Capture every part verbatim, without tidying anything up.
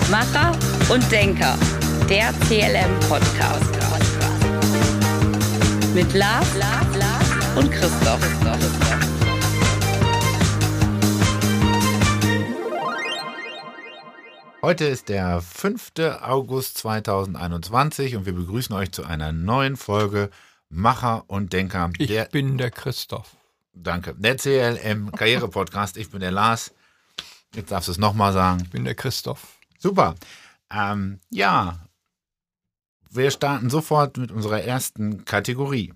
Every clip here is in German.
Macher und Denker, der C L M-Podcast. Mit Lars und Christoph. Heute ist der fünfte August zweitausendeinundzwanzig und wir begrüßen euch zu einer neuen Folge Macher und Denker. Ich der, bin der Christoph. Danke. Der C L M-Karriere-Podcast. Ich bin der Lars. Jetzt darfst du es nochmal sagen. Ich bin der Christoph. Super. Ähm, ja, wir starten sofort mit unserer ersten Kategorie.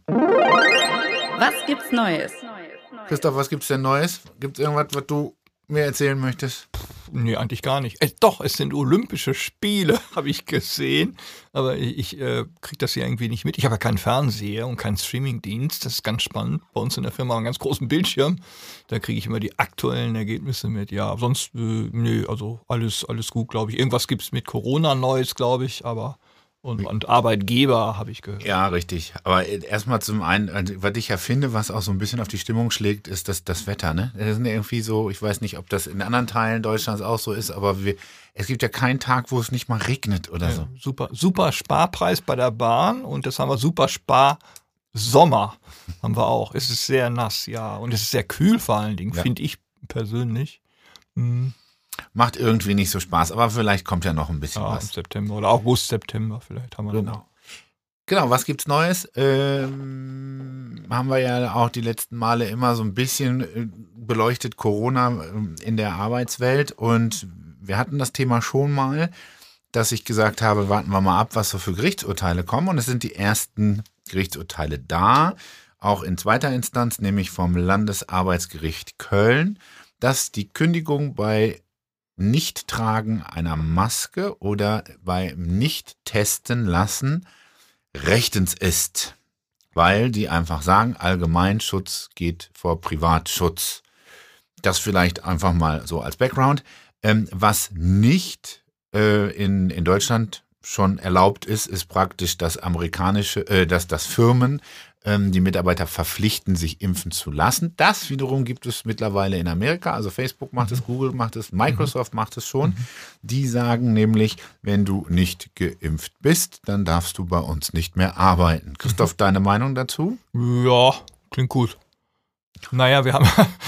Was gibt's Neues? Christoph, was gibt's denn Neues? Gibt's irgendwas, was du mir erzählen möchtest? Nee, eigentlich gar nicht. Äh, doch, es sind Olympische Spiele, habe ich gesehen. Aber ich, ich äh, kriege das hier irgendwie nicht mit. Ich habe ja keinen Fernseher und keinen Streamingdienst. Das ist ganz spannend. Bei uns in der Firma haben wir einen ganz großen Bildschirm. Da kriege ich immer die aktuellen Ergebnisse mit. Ja, sonst, äh, nee, also alles, alles gut, glaube ich. Irgendwas gibt es mit Corona Neues, glaube ich. Aber und, und Arbeitgeber habe ich gehört. Ja, richtig. Aber erstmal zum einen, was ich ja finde, was auch so ein bisschen auf die Stimmung schlägt, ist das, das Wetter. Ne? Das ist irgendwie so, ich weiß nicht, ob das in anderen Teilen Deutschlands auch so ist, aber wir, es gibt ja keinen Tag, wo es nicht mal regnet oder Ja, so. super, super Sparpreis bei der Bahn und das haben wir super Spar Sommer haben wir auch. Es ist sehr nass, ja. Und es ist sehr kühl vor allen Dingen, Ja. finde ich persönlich. Mhm. Macht irgendwie nicht so Spaß, aber vielleicht kommt ja noch ein bisschen Ja, im was. September oder August, September vielleicht haben wir dann Genau. Genau, was gibt's Neues? Ähm, haben wir ja auch die letzten Male immer so ein bisschen äh, beleuchtet, Corona äh, in der Arbeitswelt. Und wir hatten das Thema schon mal, dass ich gesagt habe, warten wir mal ab, was so für Gerichtsurteile kommen. Und es sind die ersten Gerichtsurteile da, auch in zweiter Instanz, nämlich vom Landesarbeitsgericht Köln, dass die Kündigung bei Nichttragen einer Maske oder bei Nicht-Testen lassen rechtens ist, weil die einfach sagen, Allgemeinschutz geht vor Privatschutz. Das vielleicht einfach mal so als Background. Ähm, was nicht äh, in, in Deutschland schon erlaubt ist, ist praktisch das amerikanische, äh, dass das Firmen ähm, die Mitarbeiter verpflichten, sich impfen zu lassen. Das wiederum gibt es mittlerweile in Amerika. Also Facebook macht es, Google macht es, Microsoft macht es schon. Die sagen nämlich, wenn du nicht geimpft bist, dann darfst du bei uns nicht mehr arbeiten. Christoph, deine Meinung dazu? Ja, klingt gut. Naja, wir haben,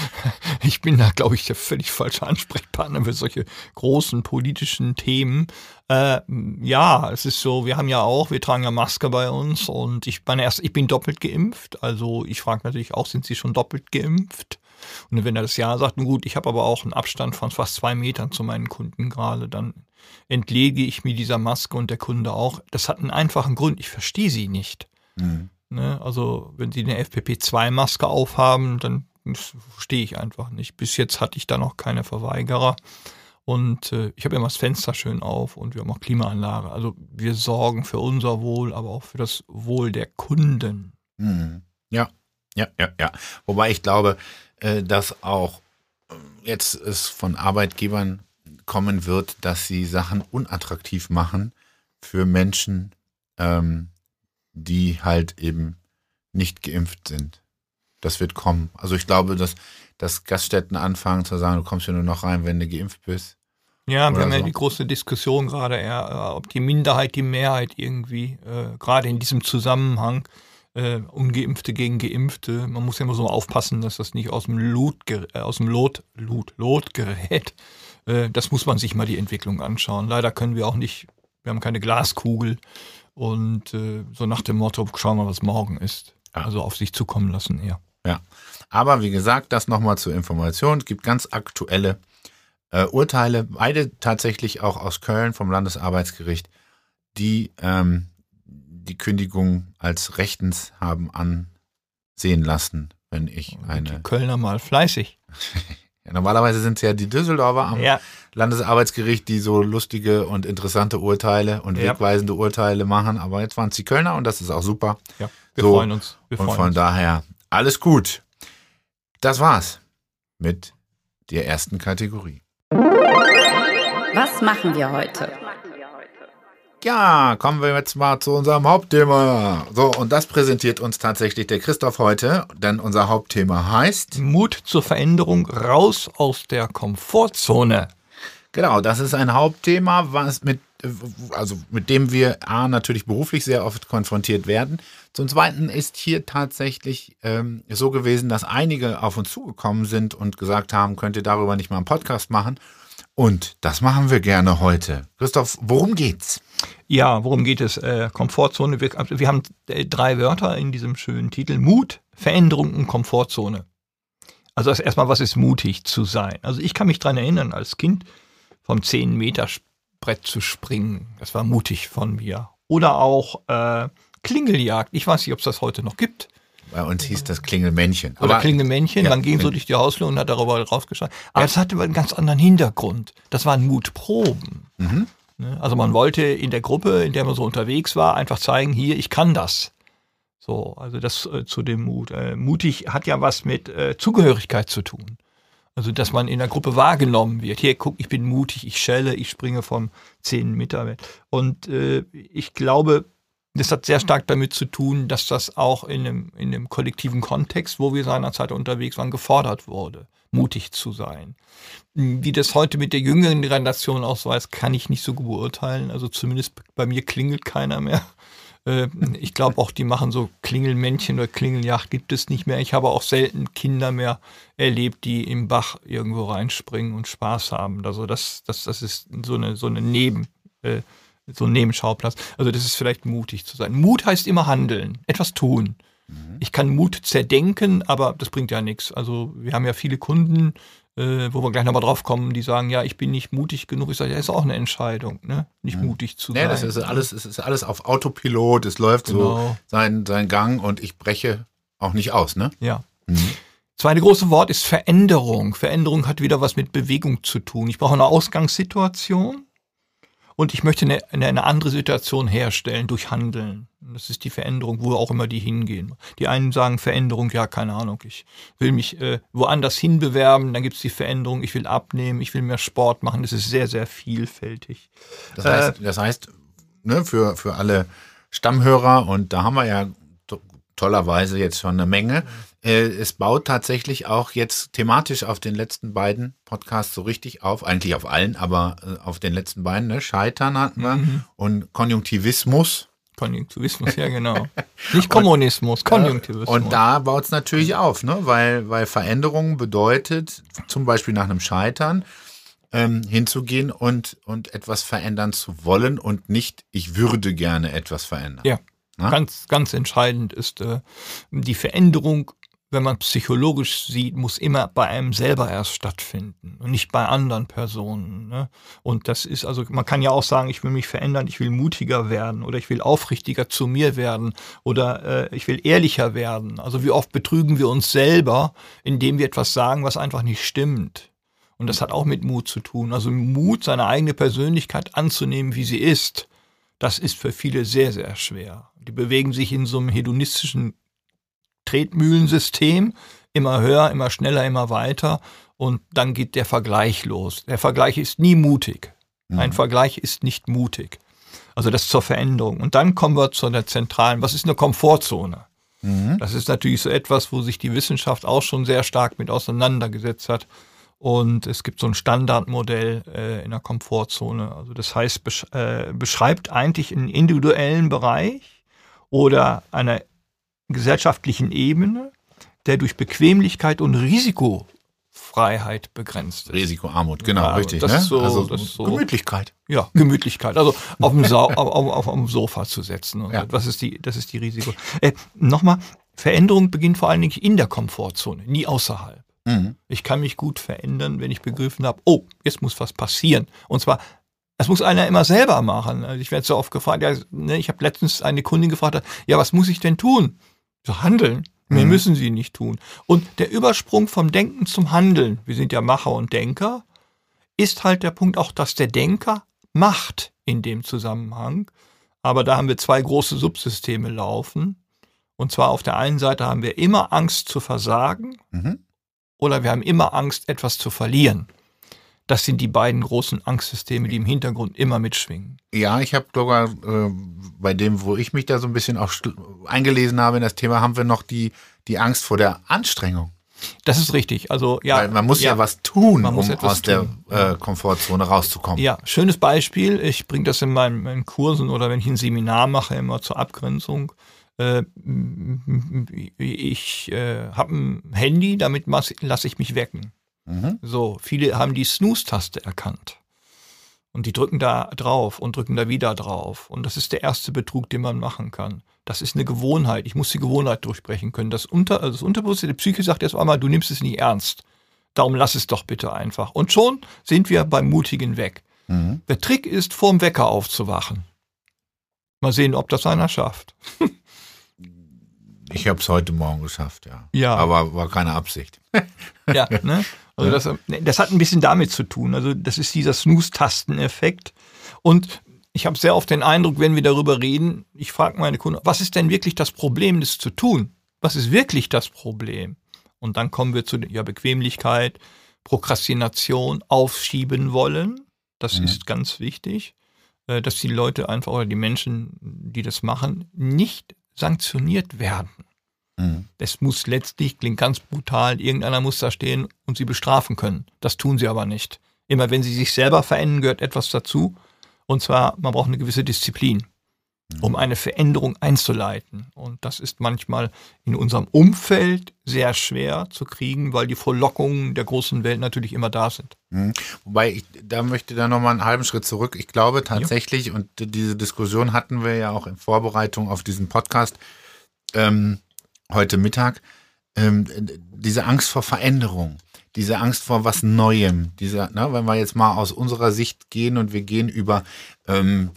ich bin da, glaube ich, der völlig falsche Ansprechpartner für solche großen politischen Themen. Äh, ja, es ist so, wir haben ja auch, wir tragen ja Maske bei uns und ich bin erst, ich bin doppelt geimpft. Also ich frage natürlich auch, sind Sie schon doppelt geimpft? Und wenn er das Ja sagt, nun gut, ich habe aber auch einen Abstand von fast zwei Metern zu meinen Kunden gerade, dann entlege ich mir dieser Maske und der Kunde auch. Das hat einen einfachen Grund, ich verstehe sie nicht. Mhm. Ne, also wenn sie eine F P P zwei Maske aufhaben, dann verstehe ich einfach nicht. Bis jetzt hatte ich da noch keine Verweigerer. Und äh, ich habe immer das Fenster schön auf und wir haben auch Klimaanlage. Also wir sorgen für unser Wohl, aber auch für das Wohl der Kunden. Mhm. Ja, ja, ja, ja. Wobei ich glaube, äh, dass auch äh, jetzt es von Arbeitgebern kommen wird, dass sie Sachen unattraktiv machen für Menschen, ähm, die halt eben nicht geimpft sind. Das wird kommen. Also ich glaube, dass, dass Gaststätten anfangen zu sagen, du kommst ja nur noch rein, wenn du geimpft bist. Ja, wir Oder haben ja so. die große Diskussion gerade, eher, äh, ob die Minderheit die Mehrheit irgendwie, äh, gerade in diesem Zusammenhang, äh, Ungeimpfte gegen Geimpfte, man muss ja immer so aufpassen, dass das nicht aus dem Lot, äh, aus dem Lot, Lot, Lot gerät. Äh, das muss man sich mal die Entwicklung anschauen. Leider können wir auch nicht, wir haben keine Glaskugel und äh, so nach dem Motto, schauen wir mal, was morgen ist. Ja. Also auf sich zukommen lassen eher. Ja, aber wie gesagt, das nochmal zur Information. Es gibt ganz aktuelle äh, Urteile, beide tatsächlich auch aus Köln vom Landesarbeitsgericht, die ähm, die Kündigung als rechtens haben ansehen lassen, wenn ich Die eine... Kölner mal fleißig. Ja, normalerweise sind es ja die Düsseldorfer am Ja. Landesarbeitsgericht, die so lustige und interessante Urteile und Ja. wegweisende Urteile machen, aber jetzt waren es die Kölner und das ist auch super. Ja, wir So, freuen uns. Wir Und freuen von uns. daher alles gut. Das war's mit der ersten Kategorie. Was machen wir heute? Ja, kommen wir jetzt mal zu unserem Hauptthema. So, und das präsentiert uns tatsächlich der Christoph heute, denn unser Hauptthema heißt... Mut zur Veränderung, raus aus der Komfortzone. Genau, das ist ein Hauptthema, was mit, also mit dem wir A, natürlich beruflich sehr oft konfrontiert werden. Zum Zweiten ist hier tatsächlich ähm, so gewesen, dass einige auf uns zugekommen sind und gesagt haben, könnt ihr darüber nicht mal einen Podcast machen? Und das machen wir gerne heute. Christoph, worum geht's? Ja, worum geht es? Äh, Komfortzone. Wir, wir haben äh, drei Wörter in diesem schönen Titel. Mut, Veränderung und Komfortzone. Also erstmal, was ist mutig zu sein? Also ich kann mich daran erinnern, als Kind vom zehn Meter Brett zu springen. Das war mutig von mir. Oder auch äh, Klingeljagd. Ich weiß nicht, ob es das heute noch gibt. Bei uns hieß das Klingelmännchen. Oder Klingelmännchen. Ja, Man ging so durch die Hausflur und hat darüber rausgeschaut. Aber es ja. hatte einen ganz anderen Hintergrund. Das waren Mutproben. Mhm. Also man wollte in der Gruppe, in der man so unterwegs war, einfach zeigen, hier, ich kann das. So, also das äh, zu dem Mut. Äh, mutig hat ja was mit äh, Zugehörigkeit zu tun. Also, dass man in der Gruppe wahrgenommen wird. Hier, guck, ich bin mutig, ich schelle, ich springe vom zehn Meter Wert. Und äh, ich glaube, das hat sehr stark damit zu tun, dass das auch in einem, in einem kollektiven Kontext, wo wir seinerzeit unterwegs waren, gefordert wurde, mutig zu sein. Wie das heute mit der jüngeren Generation ausweist, kann ich nicht so gut beurteilen. Also zumindest bei mir klingelt keiner mehr. Ich glaube auch, die machen so Klingelmännchen oder Klingeljagd gibt es nicht mehr. Ich habe auch selten Kinder mehr erlebt, die im Bach irgendwo reinspringen und Spaß haben. Also das, das, das ist so eine, so eine Neben, äh, so ein Nebenschauplatz. Also das ist vielleicht mutig zu sein. Mut heißt immer handeln, etwas tun. Mhm. Ich kann Mut zerdenken, aber das bringt ja nichts. Also wir haben ja viele Kunden, äh, wo wir gleich nochmal drauf kommen, die sagen, ja, ich bin nicht mutig genug. Ich sage, ja, ist auch eine Entscheidung, ne? Nicht mhm. mutig zu nee, sein. Das ist alles, es ist alles auf Autopilot, es läuft genau. so sein, sein Gang und ich breche auch nicht aus, ne? Ja. Mhm. Zweite große Wort ist Veränderung. Veränderung hat wieder was mit Bewegung zu tun. Ich brauche eine Ausgangssituation und ich möchte eine, eine andere Situation herstellen durch Handeln. Das ist die Veränderung, wo auch immer die hingehen. Die einen sagen Veränderung, ja, keine Ahnung, ich will mich äh, woanders hinbewerben, dann gibt es die Veränderung, ich will abnehmen, ich will mehr Sport machen. Das ist sehr, sehr vielfältig. Das heißt, äh, das heißt ne, für, für alle Stammhörer, und da haben wir ja to- tollerweise jetzt schon eine Menge, äh, es baut tatsächlich auch jetzt thematisch auf den letzten beiden Podcasts so richtig auf, eigentlich auf allen, aber äh, auf den letzten beiden, ne? Scheitern hatten wir Mhm. und Konjunktivismus. Konjunktivismus, ja genau. Nicht Kommunismus, Konjunktivismus. Und da baut es natürlich auf, ne? weil, weil Veränderung bedeutet, zum Beispiel nach einem Scheitern, ähm, hinzugehen und, und etwas verändern zu wollen und nicht, ich würde gerne etwas verändern. Ja, Na? ganz, ganz entscheidend ist äh, die Veränderung, wenn man psychologisch sieht, muss immer bei einem selber erst stattfinden und nicht bei anderen Personen. Ne? Und das ist also, man kann ja auch sagen, ich will mich verändern, ich will mutiger werden oder ich will aufrichtiger zu mir werden oder äh, ich will ehrlicher werden. Also wie oft betrügen wir uns selber, indem wir etwas sagen, was einfach nicht stimmt. Und das hat auch mit Mut zu tun. Also Mut, seine eigene Persönlichkeit anzunehmen, wie sie ist, das ist für viele sehr, sehr schwer. Die bewegen sich in so einem hedonistischen Tretmühlensystem, immer höher, immer schneller, immer weiter und dann geht der Vergleich los. Der Vergleich ist nie mutig. Mhm. Ein Vergleich ist nicht mutig. Also das zur Veränderung. Und dann kommen wir zu der zentralen, was ist eine Komfortzone? Mhm. Das ist natürlich so etwas, wo sich die Wissenschaft auch schon sehr stark mit auseinandergesetzt hat. Und es gibt so ein Standardmodell äh, in der Komfortzone. Also das heißt, besch- äh, beschreibt eigentlich einen individuellen Bereich oder eine gesellschaftlichen Ebene, der durch Bequemlichkeit und Risikofreiheit begrenzt ist. Risikoarmut, genau, ja, richtig. Das ne? ist so, also das ist so, Gemütlichkeit. Ja, Gemütlichkeit. Also auf dem, Sau- auf, auf, auf dem Sofa zu setzen. Und Ja. so. Das ist die, das ist die Risiko. Äh, Nochmal, Veränderung beginnt vor allen Dingen in der Komfortzone, nie außerhalb. Mhm. Ich kann mich gut verändern, wenn ich begriffen habe, oh, jetzt muss was passieren. Und zwar, das muss einer immer selber machen. Also ich werde so oft gefragt, ja, ne, ich habe letztens eine Kundin gefragt, ja, was muss ich denn tun? So, handeln. Mehr Mhm. müssen sie nicht tun. Und der Übersprung vom Denken zum Handeln, wir sind ja Macher und Denker, ist halt der Punkt auch, dass der Denker macht in dem Zusammenhang. Aber da haben wir zwei große Subsysteme laufen. Und zwar auf der einen Seite haben wir immer Angst zu versagen Mhm. oder wir haben immer Angst, etwas zu verlieren. Das sind die beiden großen Angstsysteme, die im Hintergrund immer mitschwingen. Ja, ich habe sogar äh, bei dem, wo ich mich da so ein bisschen auch st- eingelesen habe in das Thema, haben wir noch die, die Angst vor der Anstrengung. Das ist richtig. Also ja, Weil man muss ja, ja was tun, man muss um etwas aus der tun. äh, Komfortzone rauszukommen. Ja, schönes Beispiel. Ich bringe das in meinen, meinen Kursen oder wenn ich ein Seminar mache, immer zur Abgrenzung. Äh, ich äh, habe ein Handy, damit lasse ich mich wecken. Mhm. So, viele haben die Snooze-Taste erkannt. Und die drücken da drauf und drücken da wieder drauf. Und das ist der erste Betrug, den man machen kann. Das ist eine Gewohnheit. Ich muss die Gewohnheit durchbrechen können. Das, Unter, also das Unterbewusste, die Psyche sagt erst einmal, du nimmst es nicht ernst. Darum lass es doch bitte einfach. Und schon sind wir beim Mutigen weg. Mhm. Der Trick ist, vorm Wecker aufzuwachen. Mal sehen, ob das einer schafft. Ich habe es heute Morgen geschafft, ja. Ja. Aber war keine Absicht. Ja, ne? Also das, das hat ein bisschen damit zu tun. Also das ist dieser Snooze-Tasten-Effekt. Und ich habe sehr oft den Eindruck, wenn wir darüber reden, ich frage meine Kunden, was ist denn wirklich das Problem, das zu tun? Was ist wirklich das Problem? Und dann kommen wir zu ja, Bequemlichkeit, Prokrastination, aufschieben wollen. Das Mhm. ist ganz wichtig, dass die Leute einfach oder die Menschen, die das machen, nicht sanktioniert werden. Mhm. Es muss letztlich, klingt ganz brutal, irgendeiner muss da stehen und sie bestrafen können. Das tun sie aber nicht. Immer wenn sie sich selber verändern, gehört etwas dazu. Und zwar, man braucht eine gewisse Disziplin, um eine Veränderung einzuleiten. Und das ist manchmal in unserem Umfeld sehr schwer zu kriegen, weil die Verlockungen der großen Welt natürlich immer da sind. Mhm. Wobei, ich da möchte da nochmal einen halben Schritt zurück. Ich glaube tatsächlich, ja. und diese Diskussion hatten wir ja auch in Vorbereitung auf diesen Podcast, ähm, heute Mittag, ähm, diese Angst vor Veränderung, diese Angst vor was Neuem, diese, ne, wenn wir jetzt mal aus unserer Sicht gehen und wir gehen über, ähm,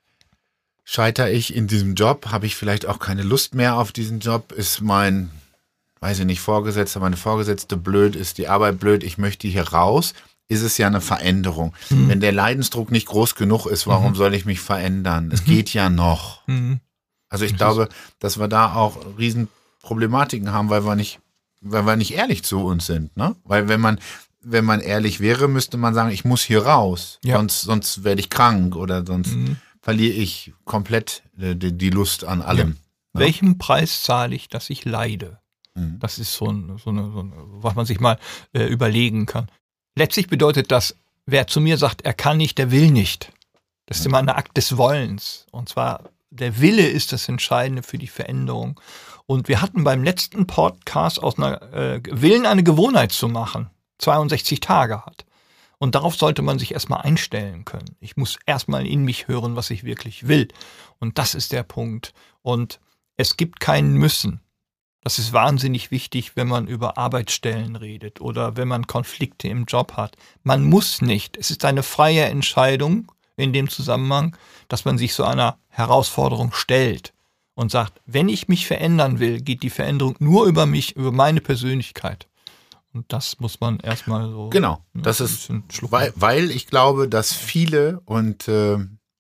scheitere ich in diesem Job, habe ich vielleicht auch keine Lust mehr auf diesen Job, ist mein, weiß ich nicht, Vorgesetzter, meine Vorgesetzte blöd, ist die Arbeit blöd, ich möchte hier raus, ist es ja eine Veränderung. Mhm. Wenn der Leidensdruck nicht groß genug ist, warum mhm. soll ich mich verändern? Mhm. Es geht ja noch. Mhm. Also ich glaube, dass wir da auch riesen Problematiken haben, weil wir nicht, weil wir nicht ehrlich zu uns sind, ne? Weil wenn man, wenn man ehrlich wäre, müsste man sagen, ich muss hier raus, ja. sonst, sonst werde ich krank oder sonst mhm. verliere ich komplett die, die Lust an allem. Ja. Ne? Welchen Preis zahle ich, dass ich leide? Mhm. Das ist so, ein, so, eine, so eine, was man sich mal äh, überlegen kann. Letztlich bedeutet das, wer zu mir sagt, er kann nicht, der will nicht. Das ist mhm. immer ein Akt des Wollens. Und zwar der Wille ist das Entscheidende für die Veränderung. Und wir hatten beim letzten Podcast aus einer äh, Willen eine Gewohnheit zu machen, zweiundsechzig Tage hat. Und darauf sollte man sich erstmal einstellen können. Ich muss erstmal in mich hören, was ich wirklich will. Und das ist der Punkt. Und es gibt kein Müssen. Das ist wahnsinnig wichtig, wenn man über Arbeitsstellen redet oder wenn man Konflikte im Job hat. Man muss nicht. Es ist eine freie Entscheidung in dem Zusammenhang, dass man sich so einer Herausforderung stellt und sagt, wenn ich mich verändern will, geht die Veränderung nur über mich, über meine Persönlichkeit. Und das muss man erstmal so. Genau, ja, das ist, weil, weil ich glaube, dass viele und äh,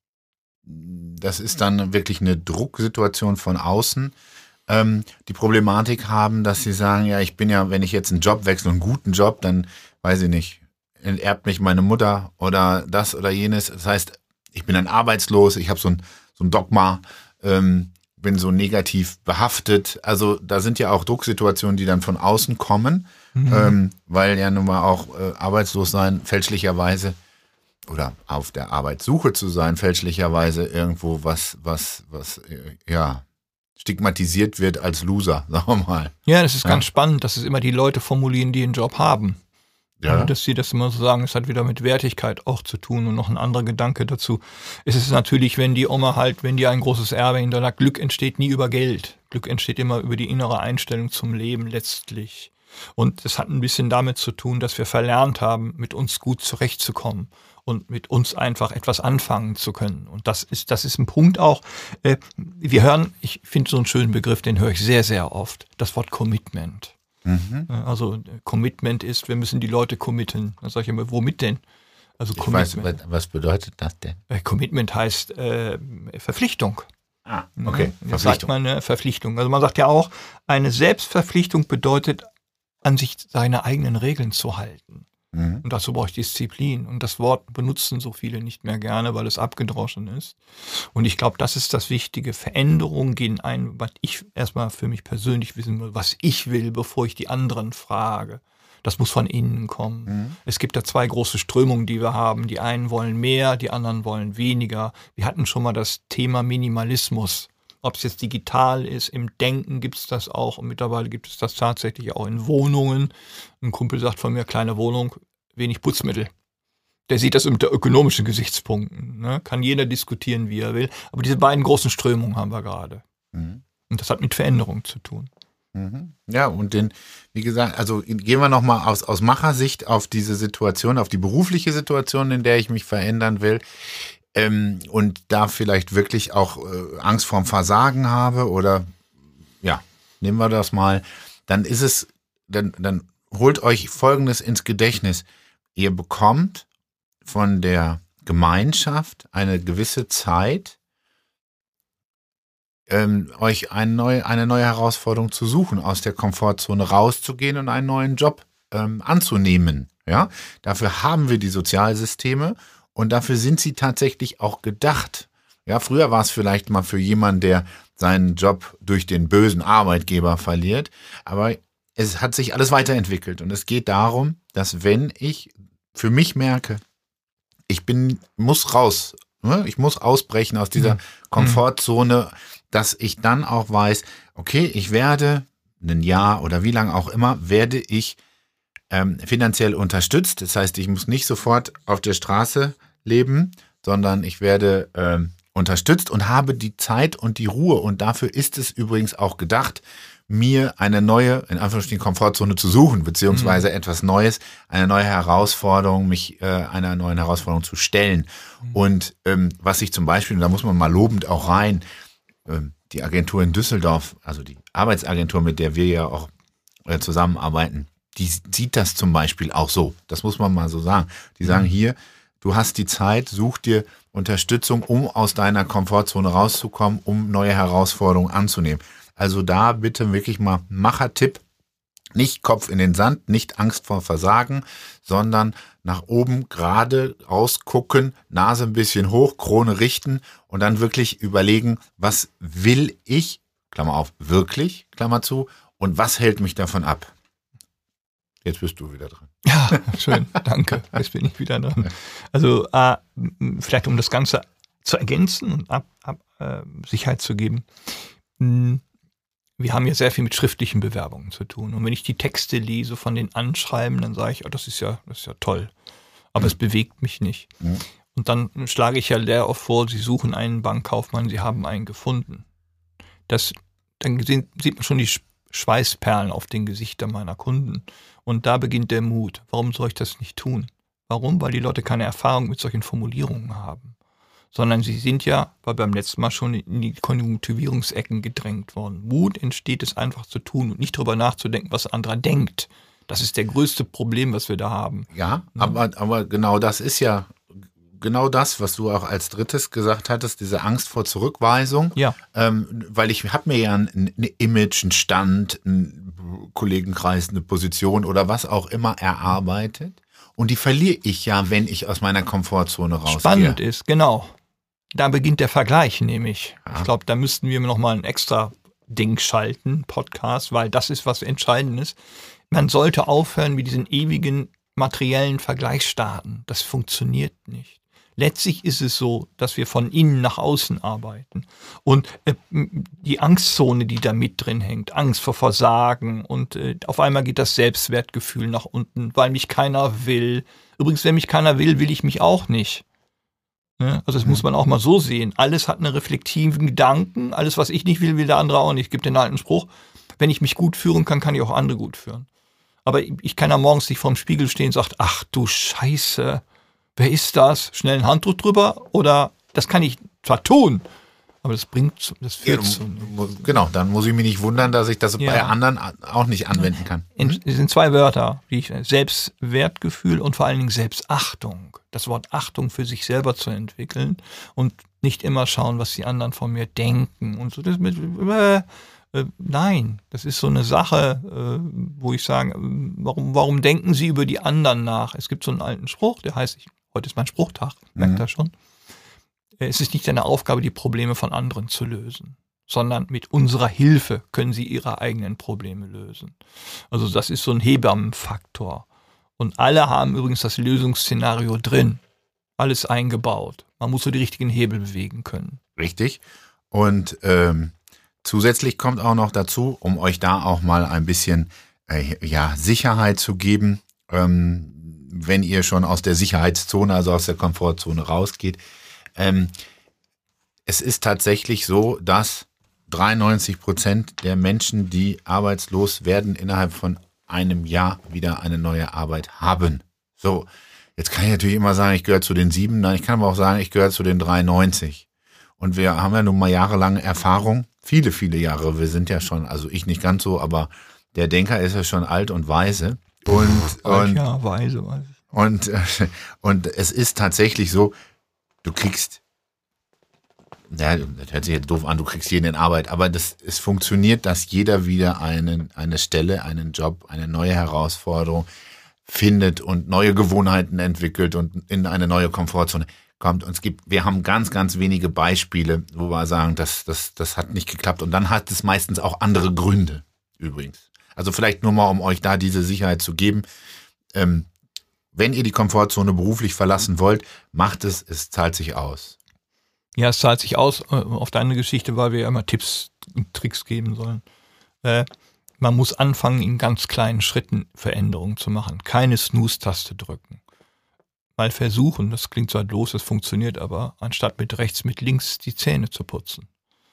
das ist dann wirklich eine Drucksituation von außen, ähm, die Problematik haben, dass sie sagen, ja, ich bin ja, wenn ich jetzt einen Job wechsle, einen guten Job, dann weiß ich nicht, enterbt mich meine Mutter oder das oder jenes. Das heißt, ich bin dann arbeitslos, ich habe so ein, so ein Dogma, ähm, bin so negativ behaftet. Also da sind ja auch Drucksituationen, die dann von außen kommen, mhm. ähm, weil ja nun mal auch äh, arbeitslos sein fälschlicherweise oder auf der Arbeitssuche zu sein fälschlicherweise irgendwo was, was, was, äh, ja, stigmatisiert wird als Loser, sagen wir mal. Ja, das ist ja. ganz spannend, dass es immer die Leute formulieren, die einen Job haben. Ja. Also, dass sie das immer so sagen, es hat wieder mit Wertigkeit auch zu tun. Und noch ein anderer Gedanke dazu ist es natürlich, wenn die Oma halt, wenn die ein großes Erbe hinterlässt, Glück entsteht nie über Geld. Glück entsteht immer über die innere Einstellung zum Leben letztlich. Und das hat ein bisschen damit zu tun, dass wir verlernt haben, mit uns gut zurechtzukommen und mit uns einfach etwas anfangen zu können. Und das ist, das ist ein Punkt auch. Äh, wir hören, ich finde so einen schönen Begriff, den höre ich sehr, sehr oft, das Wort Commitment. Mhm. Also Commitment ist, wir müssen die Leute committen. Dann sage ich immer, womit denn? Also ich Commitment. weiß, was bedeutet das denn? Commitment heißt äh, Verpflichtung. Ah, okay. Ja, das sagt man eine Verpflichtung. Also man sagt ja auch, eine Selbstverpflichtung bedeutet, an sich seine eigenen Regeln zu halten. Mhm. Und dazu brauche ich Disziplin. Und das Wort benutzen so viele nicht mehr gerne, weil es abgedroschen ist. Und ich glaube, das ist das Wichtige. Veränderungen gehen ein, was ich erstmal für mich persönlich wissen will, was ich will, bevor ich die anderen frage. Das muss von innen kommen. Mhm. Es gibt da zwei große Strömungen, die wir haben. Die einen wollen mehr, die anderen wollen weniger. Wir hatten schon mal das Thema Minimalismus. Ob es jetzt digital ist, im Denken gibt es das auch. Und mittlerweile gibt es das tatsächlich auch in Wohnungen. Ein Kumpel sagt von mir, kleine Wohnung, wenig Putzmittel. Der sieht das unter ökonomischen Gesichtspunkten. Ne? Kann jeder diskutieren, wie er will. Aber diese beiden großen Strömungen haben wir gerade. Mhm. Und das hat mit Veränderung zu tun. Mhm. Ja, und den, wie gesagt, also gehen wir nochmal aus, aus Machersicht auf diese Situation, auf die berufliche Situation, in der ich mich verändern will. Ähm, und da vielleicht wirklich auch äh, Angst vorm Versagen habe oder ja, nehmen wir das mal, dann ist es, dann, dann holt euch Folgendes ins Gedächtnis. Ihr bekommt von der Gemeinschaft eine gewisse Zeit, ähm, euch eine neue, eine neue Herausforderung zu suchen, aus der Komfortzone rauszugehen und einen neuen Job ähm, anzunehmen. Ja? Dafür haben wir die Sozialsysteme. Und dafür sind sie tatsächlich auch gedacht. Ja, früher war es vielleicht mal für jemanden, der seinen Job durch den bösen Arbeitgeber verliert. Aber es hat sich alles weiterentwickelt. Und es geht darum, dass wenn ich für mich merke, ich bin, muss raus, ne? Ich muss ausbrechen aus dieser Komfortzone, dass ich dann auch weiß, okay, ich werde ein Jahr oder wie lange auch immer, werde ich Ähm, finanziell unterstützt. Das heißt, ich muss nicht sofort auf der Straße leben, sondern ich werde ähm, unterstützt und habe die Zeit und die Ruhe. Und dafür ist es übrigens auch gedacht, mir eine neue, in Anführungsstrichen, Komfortzone zu suchen, beziehungsweise mhm. etwas Neues, eine neue Herausforderung, mich äh, einer neuen Herausforderung zu stellen. Mhm. Und ähm, was ich zum Beispiel, und da muss man mal lobend auch rein, ähm, die Agentur in Düsseldorf, also die Arbeitsagentur, mit der wir ja auch äh, zusammenarbeiten, die sieht das zum Beispiel auch so. Das muss man mal so sagen. Die sagen hier, du hast die Zeit, such dir Unterstützung, um aus deiner Komfortzone rauszukommen, um neue Herausforderungen anzunehmen. Also da bitte wirklich mal Machertipp. Nicht Kopf in den Sand, nicht Angst vor Versagen, sondern nach oben gerade rausgucken, Nase ein bisschen hoch, Krone richten und dann wirklich überlegen, was will ich, Klammer auf, wirklich, Klammer zu, und was hält mich davon ab? Jetzt bist du wieder dran. Ja, schön, danke. Jetzt bin ich wieder dran. Also äh, vielleicht um das Ganze zu ergänzen und ab, ab, äh, Sicherheit zu geben. Wir haben ja sehr viel mit schriftlichen Bewerbungen zu tun. Und wenn ich die Texte lese von den Anschreiben, dann sage ich, oh, das ist ja, das ist ja toll. Aber mhm. es bewegt mich nicht. Mhm. Und dann schlage ich ja sehr oft vor, Sie suchen einen Bankkaufmann, Sie haben einen gefunden. Das, dann sehen, sieht man schon die Schweißperlen auf den Gesichtern meiner Kunden. Und da beginnt der Mut. Warum soll ich das nicht tun? Warum? Weil die Leute keine Erfahrung mit solchen Formulierungen haben. Sondern sie sind ja, war beim letzten Mal schon in die Konjunktivierungsecken gedrängt worden. Mut entsteht es einfach zu tun und nicht darüber nachzudenken, was ein anderer denkt. Das ist der größte Problem, was wir da haben. Ja, ja. Aber, aber genau das ist ja genau das, was du auch als drittes gesagt hattest, diese Angst vor Zurückweisung. Ja. Ähm, weil ich habe mir ja ein, ein Image, einen Stand, einen Kollegenkreis, eine Position oder was auch immer erarbeitet. Und die verliere ich ja, wenn ich aus meiner Komfortzone rausgehe. Spannend ist, genau. Da beginnt der Vergleich nämlich. Ja. Ich glaube, da müssten wir nochmal ein extra Ding schalten, Podcast, weil das ist was Entscheidendes. Man sollte aufhören mit diesen ewigen materiellen Vergleichsstaaten. Das funktioniert nicht. Letztlich ist es so, dass wir von innen nach außen arbeiten. Und äh, die Angstzone, die da mit drin hängt, Angst vor Versagen und äh, auf einmal geht das Selbstwertgefühl nach unten, weil mich keiner will. Übrigens, wenn mich keiner will, will ich mich auch nicht. Ne? Also das mhm. muss man auch mal so sehen. Alles hat einen reflektiven Gedanken. Alles, was ich nicht will, will der andere auch nicht. Es gibt den alten Spruch, wenn ich mich gut führen kann, kann ich auch andere gut führen. Aber ich kann ja morgens nicht vorm Spiegel stehen und sagen, ach du Scheiße, wer ist das? Schnell ein Handtuch drüber? Oder das kann ich zwar tun, aber das bringt, das führt ja, zu. Genau, dann muss ich mich nicht wundern, dass ich das ja. bei anderen auch nicht anwenden kann. Es sind zwei Wörter, wie ich, Selbstwertgefühl und vor allen Dingen Selbstachtung. Das Wort Achtung für sich selber zu entwickeln und nicht immer schauen, was die anderen von mir denken und so. Das mit, äh, Äh, nein, das ist so eine Sache, äh, wo ich sage, warum, warum denken Sie über die anderen nach? Es gibt so einen alten Spruch, der heißt, ich, heute ist mein Spruchtag, merkt Mhm. ihr schon. Es ist nicht deine Aufgabe, die Probleme von anderen zu lösen, sondern mit unserer Hilfe können sie ihre eigenen Probleme lösen. Also das ist so ein Hebammenfaktor. Und alle haben übrigens das Lösungsszenario drin. Alles eingebaut. Man muss so die richtigen Hebel bewegen können. Richtig. Und ähm, zusätzlich kommt auch noch dazu, um euch da auch mal ein bisschen äh, ja, Sicherheit zu geben, ähm, wenn ihr schon aus der Sicherheitszone, also aus der Komfortzone rausgeht. Ähm, es ist tatsächlich so, dass dreiundneunzig Prozent der Menschen, die arbeitslos werden, innerhalb von einem Jahr wieder eine neue Arbeit haben. So, jetzt kann ich natürlich immer sagen, ich gehöre zu den sieben, nein, ich kann aber auch sagen, ich gehöre zu den dreiundneunzig. Und wir haben ja nun mal jahrelange Erfahrung, viele, viele Jahre, wir sind ja schon, also ich nicht ganz so, aber der Denker ist ja schon alt und weise. Und, und, ja, weise, weiß ich. und, und es ist tatsächlich so, du kriegst, ja, das hört sich jetzt doof an, du kriegst jeden in Arbeit, aber das, es funktioniert, dass jeder wieder einen, eine Stelle, einen Job, eine neue Herausforderung findet und neue Gewohnheiten entwickelt und in eine neue Komfortzone kommt. Und es gibt, wir haben ganz, ganz wenige Beispiele, wo wir sagen, das, das, das hat nicht geklappt. Und dann hat es meistens auch andere Gründe, übrigens. Also vielleicht nur mal, um euch da diese Sicherheit zu geben. Ähm, wenn ihr die Komfortzone beruflich verlassen wollt, macht es, es zahlt sich aus. Ja, es zahlt sich aus äh, auf deine Geschichte, weil wir ja immer Tipps und Tricks geben sollen. Äh, man muss anfangen, in ganz kleinen Schritten Veränderungen zu machen. Keine Snooze-Taste drücken. Mal versuchen, das klingt zwar doof, das funktioniert aber, anstatt mit rechts, mit links die Zähne zu putzen.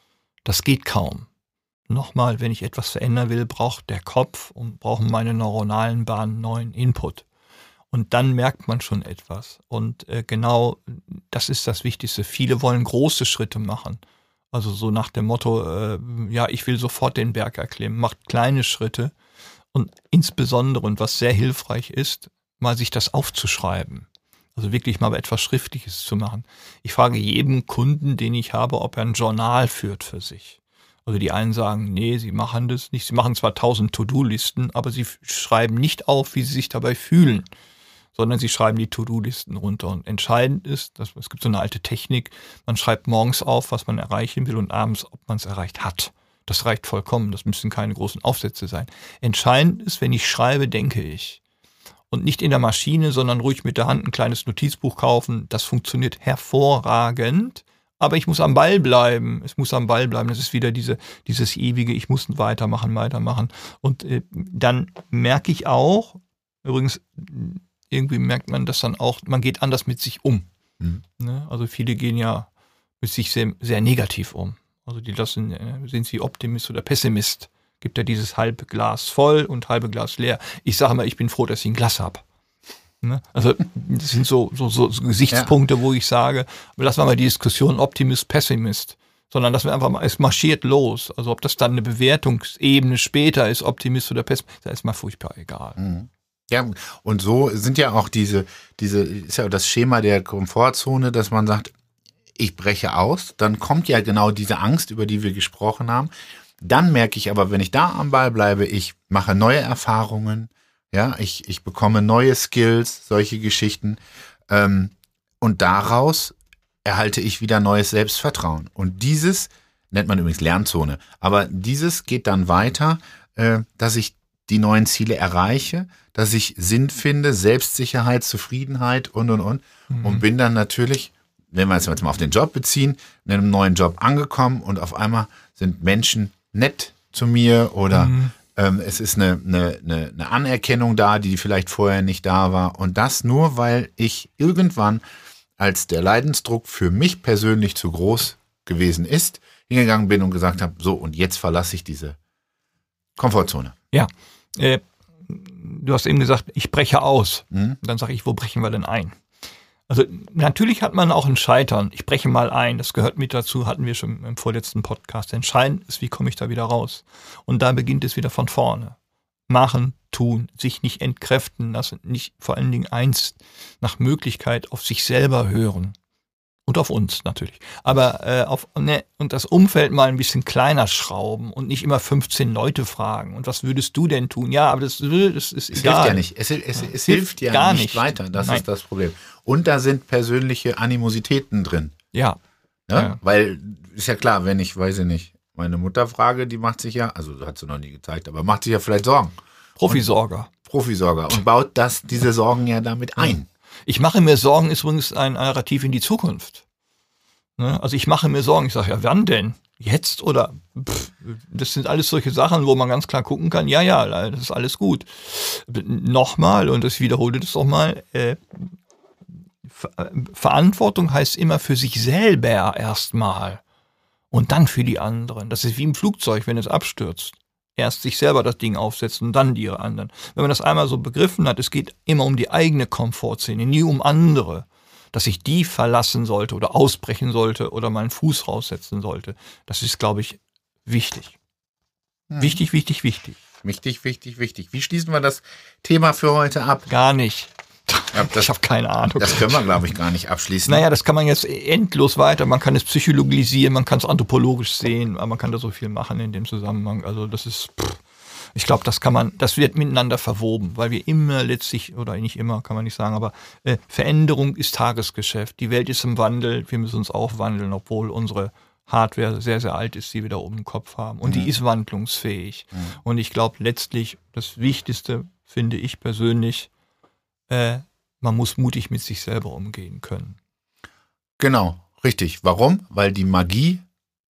Das geht kaum. Nochmal, wenn ich etwas verändern will, braucht der Kopf und brauchen meine neuronalen Bahnen neuen Input. Und dann merkt man schon etwas. Und äh, genau das ist das Wichtigste. Viele wollen große Schritte machen. Also so nach dem Motto, äh, ja, ich will sofort den Berg erklimmen. Macht kleine Schritte. Und insbesondere, und was sehr hilfreich ist, mal sich das aufzuschreiben. Also wirklich mal etwas Schriftliches zu machen. Ich frage jeden Kunden, den ich habe, ob er ein Journal führt für sich. Also die einen sagen, nee, sie machen das nicht. Sie machen zwar tausend To-Do-Listen, aber sie schreiben nicht auf, wie sie sich dabei fühlen, sondern sie schreiben die To-Do-Listen runter. Und entscheidend ist, dass, es gibt so eine alte Technik, man schreibt morgens auf, was man erreichen will und abends, ob man es erreicht hat. Das reicht vollkommen, das müssen keine großen Aufsätze sein. Entscheidend ist, wenn ich schreibe, denke ich. Und nicht in der Maschine, sondern ruhig mit der Hand ein kleines Notizbuch kaufen. Das funktioniert hervorragend. Aber ich muss am Ball bleiben. Es muss am Ball bleiben. Das ist wieder diese, dieses ewige, ich muss weitermachen, weitermachen. Und äh, dann merke ich auch, übrigens, irgendwie merkt man das dann auch, man geht anders mit sich um. Mhm. Ne? Also viele gehen ja mit sich sehr, sehr negativ um. Also die lassen, äh, sind sie Optimist oder Pessimist. Gibt ja dieses halbe Glas voll und halbe Glas leer. Ich sage mal, ich bin froh, dass ich ein Glas habe. Ne? Also das sind so, so, so Gesichtspunkte, ja, wo ich sage, lassen wir mal die Diskussion Optimist, Pessimist, sondern lassen wir einfach mal, es marschiert los. Also ob das dann eine Bewertungsebene später ist, Optimist oder Pessimist, das ist mal furchtbar egal. Mhm. Ja, und so sind ja auch diese, diese, ist ja das Schema der Komfortzone, dass man sagt, ich breche aus, dann kommt ja genau diese Angst, über die wir gesprochen haben. Dann merke ich aber, wenn ich da am Ball bleibe, ich mache neue Erfahrungen, ja, ich, ich bekomme neue Skills, solche Geschichten, ähm, und daraus erhalte ich wieder neues Selbstvertrauen. Und dieses nennt man übrigens Lernzone, aber dieses geht dann weiter, äh, dass ich die neuen Ziele erreiche, dass ich Sinn finde, Selbstsicherheit, Zufriedenheit und, und, und, mhm. und bin dann natürlich, wenn wir es jetzt mal auf den Job beziehen, in einem neuen Job angekommen und auf einmal sind Menschen nett zu mir oder mhm. ähm, es ist eine, eine, eine, eine Anerkennung da, die vielleicht vorher nicht da war. Und das nur, weil ich irgendwann, als der Leidensdruck für mich persönlich zu groß gewesen ist, hingegangen bin und gesagt habe, so und jetzt verlasse ich diese Komfortzone. Ja, äh, du hast eben gesagt, ich breche aus. Mhm. Dann sage ich, wo brechen wir denn ein? Also natürlich hat man auch ein Scheitern. Ich breche mal ein, das gehört mit dazu, hatten wir schon im vorletzten Podcast. Entscheidend ist, wie komme ich da wieder raus? Und da beginnt es wieder von vorne. Machen, tun, sich nicht entkräften lassen, nicht vor allen Dingen eins nach Möglichkeit auf sich selber hören Und auf uns natürlich. Aber äh, auf ne, und das Umfeld mal ein bisschen kleiner schrauben und nicht immer fünfzehn Leute fragen. Und was würdest du denn tun? Ja, aber das, das ist es egal. Hilft ja nicht. Es, es, es hilft ja gar nicht, nicht weiter. Das Nein. ist das Problem. Und da sind persönliche Animositäten drin. Ja. Ne? Ja. Weil ist ja klar, wenn ich, weiß ich nicht, meine Mutter frage, die macht sich ja, also hat sie noch nie gezeigt, aber macht sich ja vielleicht Sorgen. Profisorger. Und, Profisorger. Und baut das, diese Sorgen ja damit ein. Ich mache mir Sorgen ist übrigens ein Narrativ in die Zukunft. Ne? Also ich mache mir Sorgen. Ich sage, ja, wann denn? Jetzt oder? Pff, das sind alles solche Sachen, wo man ganz klar gucken kann, ja, ja, das ist alles gut. Nochmal, und das wiederhole das doch mal, äh, Ver- Verantwortung heißt immer für sich selber erstmal und dann für die anderen. Das ist wie im Flugzeug, wenn es abstürzt. Erst sich selber das Ding aufsetzen und dann die anderen. Wenn man das einmal so begriffen hat, es geht immer um die eigene Komfortzone, nie um andere. Dass ich die verlassen sollte oder ausbrechen sollte oder meinen Fuß raussetzen sollte. Das ist, glaube ich, wichtig. Hm. Wichtig, wichtig, wichtig. Wichtig, wichtig, wichtig. Wie schließen wir das Thema für heute ab? Gar nicht. Ja, das, Ich habe keine Ahnung. das können wir, glaube ich, gar nicht abschließen. Naja, das kann man jetzt endlos weiter. Man kann es psychologisieren, man kann es anthropologisch sehen, aber man kann da so viel machen in dem Zusammenhang. Also das ist, pff, ich glaube, das kann man, das wird miteinander verwoben, weil wir immer letztlich, oder nicht immer, kann man nicht sagen, aber äh, Veränderung ist Tagesgeschäft. Die Welt ist im Wandel, wir müssen uns auch wandeln, obwohl unsere Hardware sehr, sehr alt ist, die wir da oben im Kopf haben. Und Mhm. die ist wandlungsfähig. Mhm. Und ich glaube, letztlich, das Wichtigste, finde ich persönlich, äh, man muss mutig mit sich selber umgehen können. Genau, richtig. Warum? Weil die Magie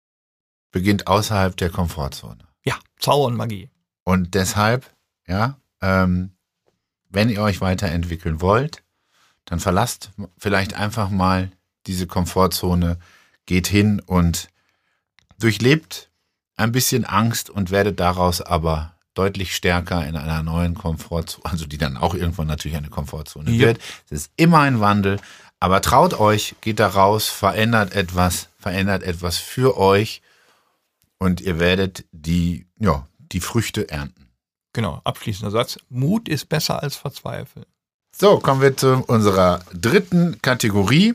beginnt außerhalb der Komfortzone. Ja, Zauber und Magie. Und deshalb, ja, ähm, wenn ihr euch weiterentwickeln wollt, dann verlasst vielleicht einfach mal diese Komfortzone, geht hin und durchlebt ein bisschen Angst und werdet daraus aber deutlich stärker in einer neuen Komfortzone, also die dann auch irgendwann natürlich eine Komfortzone Ja. wird. Es ist immer ein Wandel, aber traut euch, geht da raus, verändert etwas, verändert etwas für euch und ihr werdet die, ja, die Früchte ernten. Genau, abschließender Satz. Mut ist besser als Verzweifeln. So, kommen wir zu unserer dritten Kategorie.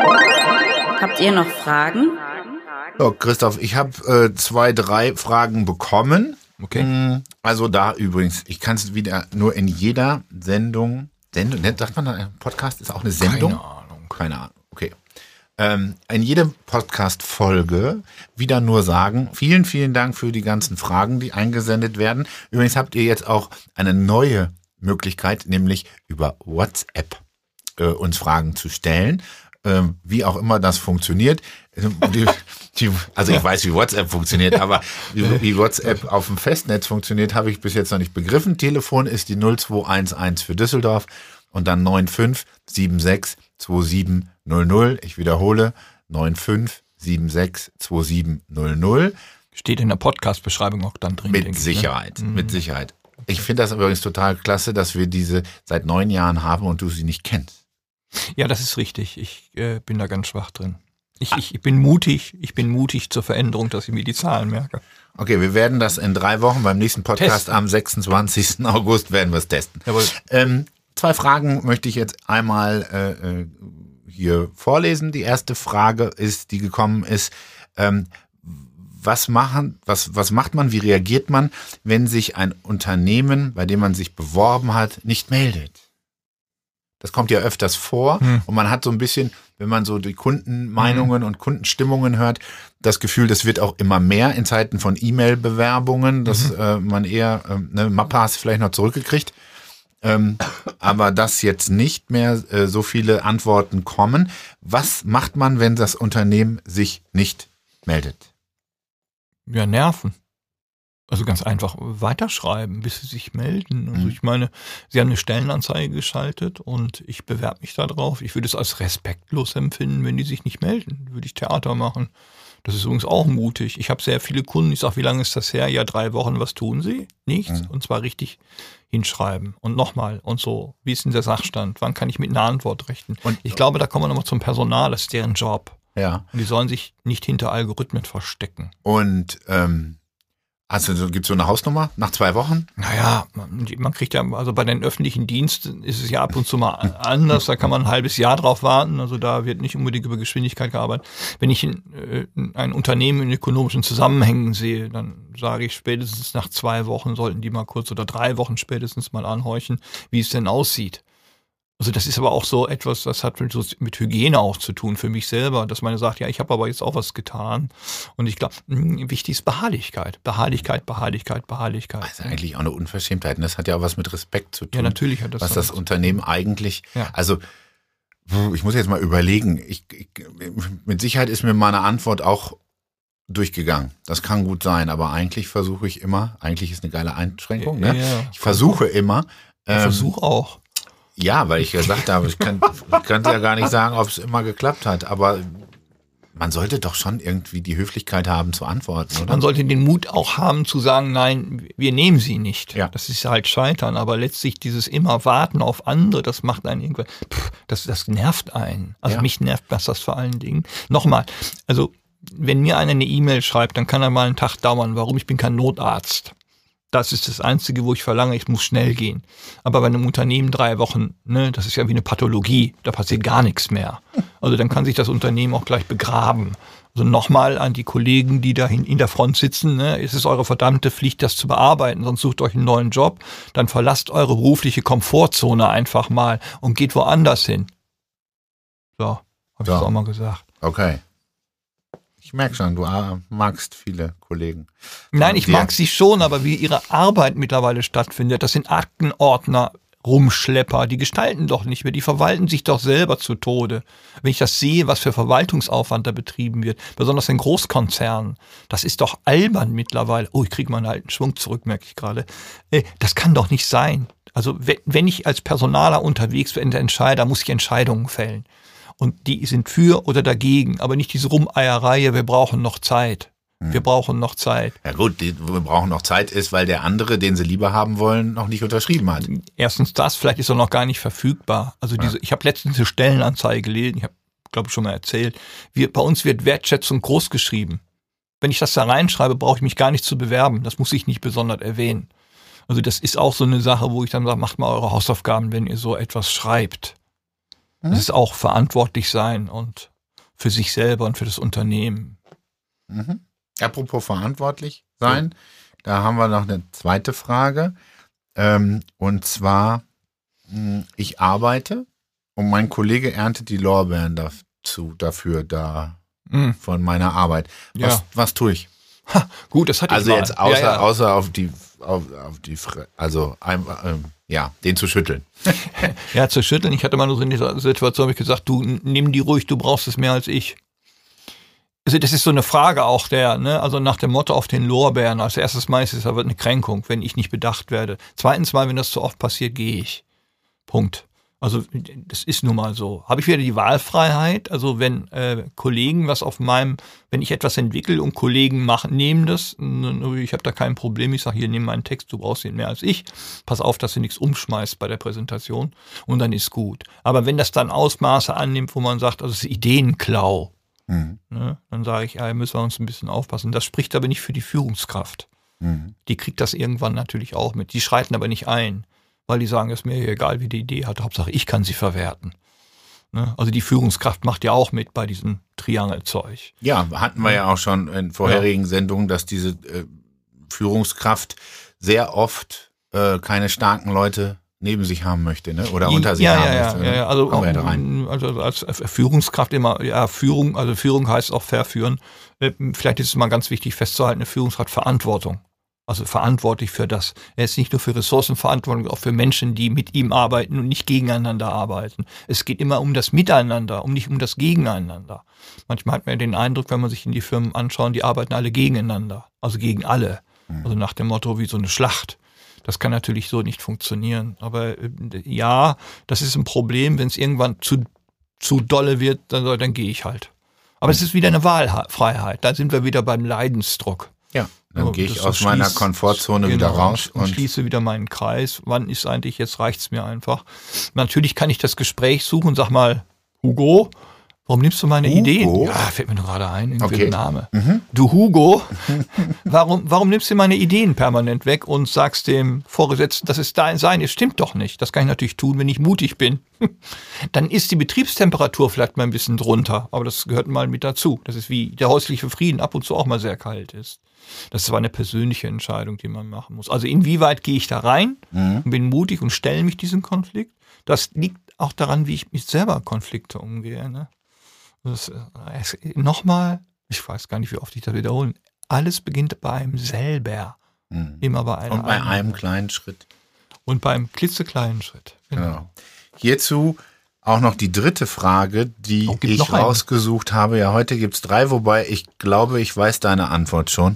Habt ihr noch Fragen? So, Christoph, ich habe äh, zwei, drei Fragen bekommen. Okay. Mm, Also da übrigens, ich kann es wieder nur in jeder Sendung, Sendung, ne, sagt man da, ein Podcast ist auch eine Sendung? Keine Ahnung. Keine Ahnung, okay. Ähm, in jeder Podcast-Folge wieder nur sagen, vielen, vielen Dank für die ganzen Fragen, die eingesendet werden. Übrigens habt ihr jetzt auch eine neue Möglichkeit, nämlich über WhatsApp äh, uns Fragen zu stellen. Ähm, wie auch immer das funktioniert. Die, die, also ich weiß, wie WhatsApp funktioniert, aber wie, wie WhatsApp auf dem Festnetz funktioniert, habe ich bis jetzt noch nicht begriffen. Telefon ist die null zwei eins eins für Düsseldorf und dann neun fünf sieben sechs zwei sieben null null. Ich wiederhole, neun fünf sieben sechs zwei sieben null null. Steht in der Podcast-Beschreibung auch dann drin. Mit denke ich, Sicherheit, ne? Mhm. mit Sicherheit. Ich finde das übrigens total klasse, dass wir diese seit neun Jahren haben und du sie nicht kennst. Ja, das ist richtig. Ich äh, bin da ganz schwach drin. Ich, ich, ich bin mutig, ich bin mutig zur Veränderung, dass ich mir die Zahlen merke. Okay, wir werden das in drei Wochen beim nächsten Podcast Testen. am sechsundzwanzigsten August werden wir es testen. Jawohl. Ähm, zwei Fragen möchte ich jetzt einmal äh, äh, hier vorlesen. Die erste Frage ist, die gekommen ist, ähm, was machen, was, was macht man, wie reagiert man, wenn sich ein Unternehmen, bei dem man sich beworben hat, nicht meldet? Das kommt ja öfters vor Hm. und man hat so ein bisschen, wenn man so die Kundenmeinungen und Kundenstimmungen hört, das Gefühl, das wird auch immer mehr in Zeiten von E-Mail-Bewerbungen, dass äh, man eher, äh, ne, Mappa hast du vielleicht noch zurückgekriegt, ähm, aber dass jetzt nicht mehr äh, so viele Antworten kommen. Was macht man, wenn das Unternehmen sich nicht meldet? Ja, nerven. Also ganz einfach weiterschreiben, bis sie sich melden. Also Mhm. ich meine, sie haben eine Stellenanzeige geschaltet und ich bewerbe mich da drauf. Ich würde es als respektlos empfinden, wenn die sich nicht melden. Würde ich Theater machen. Das ist übrigens auch mutig. Ich habe sehr viele Kunden, ich sage, wie lange ist das her? Ja, drei Wochen, was tun sie? Nichts. Mhm. Und zwar richtig hinschreiben. Und nochmal und so. Wie ist denn der Sachstand? Wann kann ich mit einer Antwort rechnen? Und- ich glaube, da kommen wir nochmal zum Personal. Das ist deren Job. Ja. Und die sollen sich nicht hinter Algorithmen verstecken. Und ähm, Also gibt es so eine Hausnummer nach zwei Wochen? Naja, man, man kriegt ja, also bei den öffentlichen Diensten ist es ja ab und zu mal anders, da kann man ein halbes Jahr drauf warten, also da wird nicht unbedingt über Geschwindigkeit gearbeitet. Wenn ich in, äh, ein Unternehmen in ökonomischen Zusammenhängen sehe, dann sage ich spätestens nach zwei Wochen sollten die mal kurz oder drei Wochen spätestens mal anhorchen, wie es denn aussieht. Also das ist aber auch so etwas, das hat mit, so mit Hygiene auch zu tun für mich selber, dass man sagt, ja, ich habe aber jetzt auch was getan. Und ich glaube, wichtig ist Beharrlichkeit. Beharrlichkeit, Beharrlichkeit, Beharrlichkeit. Das ist eigentlich auch eine Unverschämtheit. Und das hat ja auch was mit Respekt zu tun. Ja, natürlich hat das. Was das Unternehmen eigentlich, ja. also ich muss jetzt mal überlegen, ich, ich, mit Sicherheit ist mir meine Antwort auch durchgegangen. Das kann gut sein, aber eigentlich versuche ich immer, eigentlich ist eine geile Einschränkung, ne? Ja, ich versuche immer. Ich ähm, versuche auch. Ja, weil ich gesagt habe, ich kann, ich könnte ja gar nicht sagen, ob es immer geklappt hat, aber man sollte doch schon irgendwie die Höflichkeit haben zu antworten, oder? Man sollte den Mut auch haben zu sagen, nein, wir nehmen sie nicht. Ja. Das ist halt Scheitern, aber letztlich dieses immer Warten auf andere, das macht einen irgendwann, pff, das, das nervt einen. Also ja. mich nervt das, das vor allen Dingen. Nochmal, also wenn mir einer eine E-Mail schreibt, dann kann er mal einen Tag dauern. Warum? Ich bin kein Notarzt. Das ist das Einzige, wo ich verlange, ich muss schnell gehen. Aber bei einem Unternehmen drei Wochen, ne, das ist ja wie eine Pathologie, da passiert gar nichts mehr. Also dann kann sich das Unternehmen auch gleich begraben. Also nochmal an die Kollegen, die da in der Front sitzen, ne, es ist eure verdammte Pflicht, das zu bearbeiten, sonst sucht euch einen neuen Job, dann verlasst eure berufliche Komfortzone einfach mal und geht woanders hin. So, habe ich so. das auch mal gesagt. Okay. Ich merke schon, du magst viele Kollegen. Nein, ich mag sie schon, aber wie ihre Arbeit mittlerweile stattfindet, das sind Aktenordner, Rumschlepper, die gestalten doch nicht mehr, die verwalten sich doch selber zu Tode. Wenn ich das sehe, was für Verwaltungsaufwand da betrieben wird, besonders in Großkonzernen, das ist doch albern mittlerweile. Oh, ich kriege meinen alten Schwung zurück, merke ich gerade. Das kann doch nicht sein. Also wenn ich als Personaler unterwegs bin, der Entscheider, muss ich Entscheidungen fällen. Und die sind für oder dagegen, aber nicht diese Rumeierei, wir brauchen noch Zeit. Wir brauchen noch Zeit. Ja gut, die, wir brauchen noch Zeit ist, weil der andere, den sie lieber haben wollen, noch nicht unterschrieben hat. Erstens das, vielleicht ist er noch gar nicht verfügbar. Also diese, ja. Ich habe letztens eine Stellenanzeige gelesen, ich habe, glaube ich, schon mal erzählt. Wir, bei uns wird Wertschätzung groß geschrieben. Wenn ich das da reinschreibe, brauche ich mich gar nicht zu bewerben. Das muss ich nicht besonders erwähnen. Also das ist auch so eine Sache, wo ich dann sage, macht mal eure Hausaufgaben, wenn ihr so etwas schreibt. Das ist auch verantwortlich sein und für sich selber und für das Unternehmen. Mhm. Apropos verantwortlich sein, ja. Da haben wir noch eine zweite Frage. Ähm, und zwar, mh, ich arbeite und mein Kollege erntet die Lorbeeren dazu, dafür da mhm. von meiner Arbeit. Was, ja. was tue ich? Ha, gut, das hatte also ich mal. jetzt außer, ja, ja. außer auf die, auf, auf die, also einfach, ähm, ja, den zu schütteln. Ja, zu schütteln. Ich hatte mal so in dieser Situation, habe ich gesagt, du nimm die ruhig, du brauchst es mehr als ich. Also das ist so eine Frage auch der, ne, also nach dem Motto auf den Lorbeeren. Als erstes Mal ist es aber eine Kränkung, wenn ich nicht bedacht werde. Zweitens mal, wenn das zu oft passiert, gehe ich. Punkt. Also das ist nun mal so. Habe ich wieder die Wahlfreiheit? Also wenn äh, Kollegen was auf meinem, wenn ich etwas entwickle und Kollegen machen, nehmen das, ich habe da kein Problem. Ich sage, hier, nimm meinen Text, du brauchst ihn mehr als ich. Pass auf, dass du nichts umschmeißt bei der Präsentation und dann ist gut. Aber wenn das dann Ausmaße annimmt, wo man sagt, also es ist Ideenklau, mhm. ne, dann sage ich, ja, müssen wir uns ein bisschen aufpassen. Das spricht aber nicht für die Führungskraft. Mhm. Die kriegt das irgendwann natürlich auch mit. Die schreiten aber nicht ein. Weil die sagen, es ist mir egal, wie die Idee hat, Hauptsache ich kann sie verwerten. Ne? Also die Führungskraft macht ja auch mit bei diesem Triangelzeug. Ja, hatten wir ja auch schon in vorherigen ja. Sendungen, dass diese äh, Führungskraft sehr oft äh, keine starken Leute neben sich haben möchte, ne? Oder unter sich ja, haben ja, möchte. Ja, ja, also, Kommen wir da rein. Also als Führungskraft immer, ja, Führung, also Führung heißt auch verführen. Vielleicht ist es mal ganz wichtig festzuhalten, eine Führungskraft Verantwortung. Also verantwortlich für das. Er ist nicht nur für Ressourcen verantwortlich, auch für Menschen, die mit ihm arbeiten und nicht gegeneinander arbeiten. Es geht immer um das Miteinander, um nicht um das Gegeneinander. Manchmal hat man den Eindruck, wenn man sich in die Firmen anschaut, die arbeiten alle gegeneinander, also gegen alle. Also nach dem Motto wie so eine Schlacht. Das kann natürlich so nicht funktionieren. Aber äh, ja, das ist ein Problem, wenn es irgendwann zu, zu dolle wird, dann, dann gehe ich halt. Aber es ist wieder eine Wahlfreiheit. Da sind wir wieder beim Leidensdruck. Ja. Dann so, gehe ich das aus so meiner schließ, Komfortzone genau, wieder raus. Und, und schließe wieder meinen Kreis. Wann ist eigentlich, jetzt reicht's mir einfach. Natürlich kann ich das Gespräch suchen, sag mal, Hugo, Warum nimmst du meine Hugo? Ideen? Ja, fällt mir nur gerade ein, irgendwie Okay. ein Name. Mhm. Du Hugo, warum, warum nimmst du meine Ideen permanent weg und sagst dem Vorgesetzten, das ist dein Sein? Es stimmt doch nicht. Das kann ich natürlich tun, wenn ich mutig bin. Dann ist die Betriebstemperatur vielleicht mal ein bisschen drunter, aber das gehört mal mit dazu. Das ist wie der häusliche Frieden ab und zu auch mal sehr kalt ist. Das ist aber eine persönliche Entscheidung, die man machen muss. Also inwieweit gehe ich da rein Mhm. und bin mutig und stelle mich diesem Konflikt? Das liegt auch daran, wie ich mit selber Konflikte umgehe. Ne? Das, äh, nochmal, ich weiß gar nicht, wie oft ich das wiederhole, alles beginnt bei einem selber. Mhm. Immer bei einer Und bei eigenen- einem kleinen Schritt. Und beim klitzekleinen Schritt. Genau. Hierzu auch noch die dritte Frage, die Oh, gibt ich noch eine. rausgesucht habe. Ja, heute gibt es drei, wobei ich glaube, ich weiß deine Antwort schon.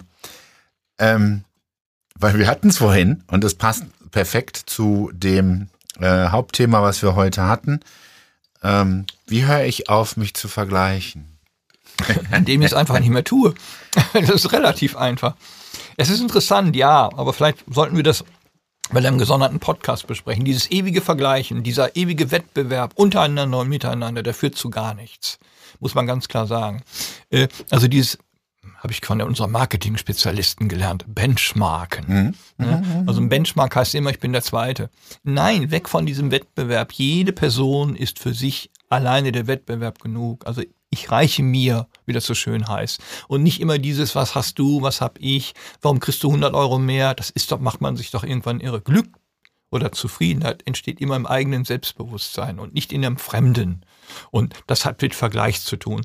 Ähm, weil wir hatten es vorhin und es passt perfekt zu dem äh, Hauptthema, was wir heute hatten. Ähm, wie höre ich auf, mich zu vergleichen? Indem ich es einfach nicht mehr tue. Das ist relativ einfach. Es ist interessant, ja, aber vielleicht sollten wir das bei einem gesonderten Podcast besprechen. Dieses ewige Vergleichen, dieser ewige Wettbewerb untereinander und miteinander, der führt zu gar nichts. Muss man ganz klar sagen. Äh, Also dieses, habe ich von unserem Marketing-Spezialisten gelernt, Benchmarken. Mhm. Ne? Also ein Benchmark heißt immer, ich bin der Zweite. Nein, weg von diesem Wettbewerb. Jede Person ist für sich alleine der Wettbewerb genug. Also ich reiche mir, wie das so schön heißt. Und nicht immer dieses, was hast du, was hab ich, warum kriegst du hundert Euro mehr? Das ist doch, macht man sich doch irgendwann irre. Glück oder Zufriedenheit entsteht immer im eigenen Selbstbewusstsein und nicht in einem Fremden. Und das hat mit Vergleich zu tun.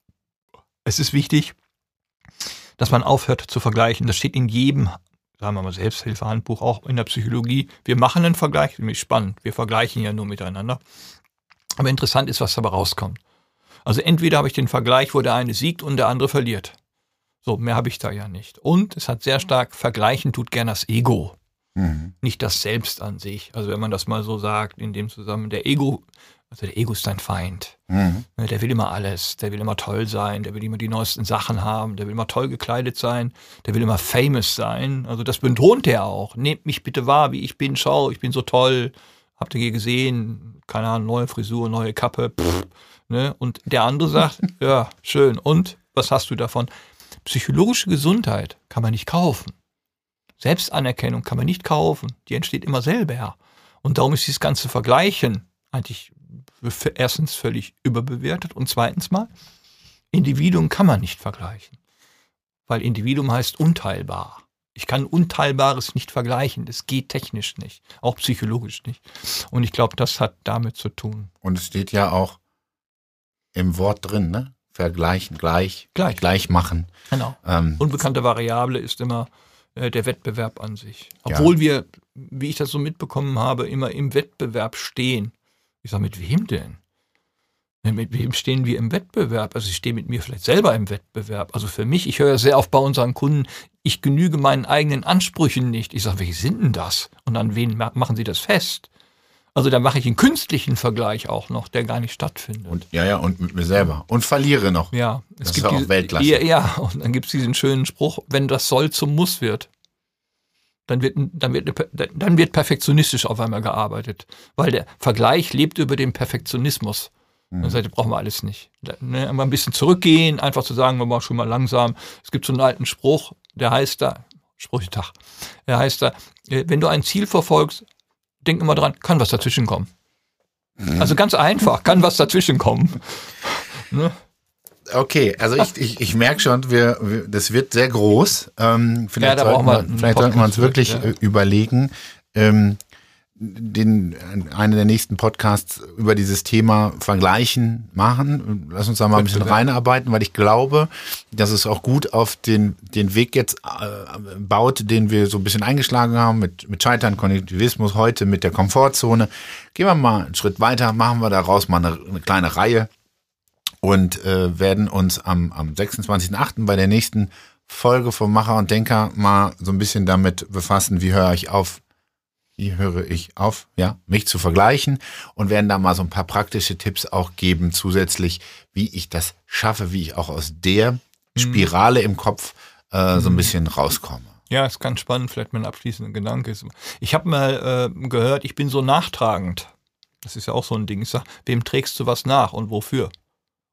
Es ist wichtig, dass man aufhört zu vergleichen. Das steht in jedem, sagen wir mal, Selbsthilfehandbuch, auch in der Psychologie. Wir machen einen Vergleich, nämlich spannend. Wir vergleichen ja nur miteinander. Aber interessant ist, was dabei rauskommt. Also entweder habe ich den Vergleich, wo der eine siegt und der andere verliert. So, mehr habe ich da ja nicht. Und es hat sehr stark, Vergleichen tut gern das Ego. Mhm. Nicht das Selbst an sich. Also wenn man das mal so sagt, in dem Zusammenhang, der Ego, also der Ego ist dein Feind. Mhm. Der will immer alles, der will immer toll sein, der will immer die neuesten Sachen haben, der will immer toll gekleidet sein, der will immer famous sein. Also das betont er auch. Nehmt mich bitte wahr, wie ich bin, schau, ich bin so toll. Habt ihr je gesehen? Keine Ahnung, neue Frisur, neue Kappe. Pff, ne? Und der andere sagt, ja, schön. Und was hast du davon? Psychologische Gesundheit kann man nicht kaufen. Selbstanerkennung kann man nicht kaufen. Die entsteht immer selber. Und darum ist dieses ganze Vergleichen eigentlich erstens völlig überbewertet und zweitens mal, Individuen kann man nicht vergleichen. Weil Individuum heißt unteilbar. Ich kann Unteilbares nicht vergleichen. Das geht technisch nicht, auch psychologisch nicht. Und ich glaube, das hat damit zu tun. Und es steht ja auch im Wort drin, ne? Vergleichen, gleich, Gleich. gleich machen. Genau. Ähm, Unbekannte Variable ist immer äh, der Wettbewerb an sich. Ja. Obwohl wir, wie ich das so mitbekommen habe, immer im Wettbewerb stehen. Ich sage, mit wem denn? Ja, mit wem stehen wir im Wettbewerb? Also ich stehe mit mir vielleicht selber im Wettbewerb. Also für mich, ich höre sehr oft bei unseren Kunden, ich genüge meinen eigenen Ansprüchen nicht. Ich sage, welche sind denn das? Und an wen ma- machen sie das fest? Also da mache ich einen künstlichen Vergleich auch noch, der gar nicht stattfindet. und ja, ja, und mit mir selber. Und verliere noch. Ja, Das es ist gibt ja auch diese, Weltklasse. Ja, ja, und dann gibt es diesen schönen Spruch, wenn das Soll zum Muss wird, dann wird, dann wird, dann wird perfektionistisch auf einmal gearbeitet. Weil der Vergleich lebt über den Perfektionismus. Mhm. Dann sagt, brauchen wir alles nicht. Ne, mal ein bisschen zurückgehen, einfach zu sagen, wir machen schon mal langsam. Es gibt so einen alten Spruch, der heißt da, Sprüchetag, der heißt da, wenn du ein Ziel verfolgst, denk immer dran, kann was dazwischen kommen. Also ganz einfach, kann was dazwischen kommen. Ne? Okay, also ich, ich, ich merke schon, wir, wir, das wird sehr groß. Ähm, vielleicht Ja, da sollten brauchen wir wir, einen vielleicht sollten wir uns Podcast wirklich für, ja. äh, überlegen, ähm, den, einen der nächsten Podcasts über dieses Thema Vergleichen machen. Lass uns da mal ein bisschen Wettbewerb. reinarbeiten, weil ich glaube, dass es auch gut auf den, den Weg jetzt äh, baut, den wir so ein bisschen eingeschlagen haben mit, mit Scheitern, Kognitivismus, heute mit der Komfortzone. Gehen wir mal einen Schritt weiter, machen wir daraus mal eine, eine kleine Reihe und äh, werden uns am, am sechsundzwanzigsten achten bei der nächsten Folge vom Macher und Denker mal so ein bisschen damit befassen, wie höre ich auf, Wie höre ich auf, ja, mich zu vergleichen und werden da mal so ein paar praktische Tipps auch geben, zusätzlich, wie ich das schaffe, wie ich auch aus der Spirale im Kopf äh, so ein bisschen rauskomme. Ja, ist ganz spannend, vielleicht mein abschließender Gedanke ist. Ich habe mal äh, gehört, ich bin so nachtragend. Das ist ja auch so ein Ding. Ich sage, wem trägst du was nach und wofür?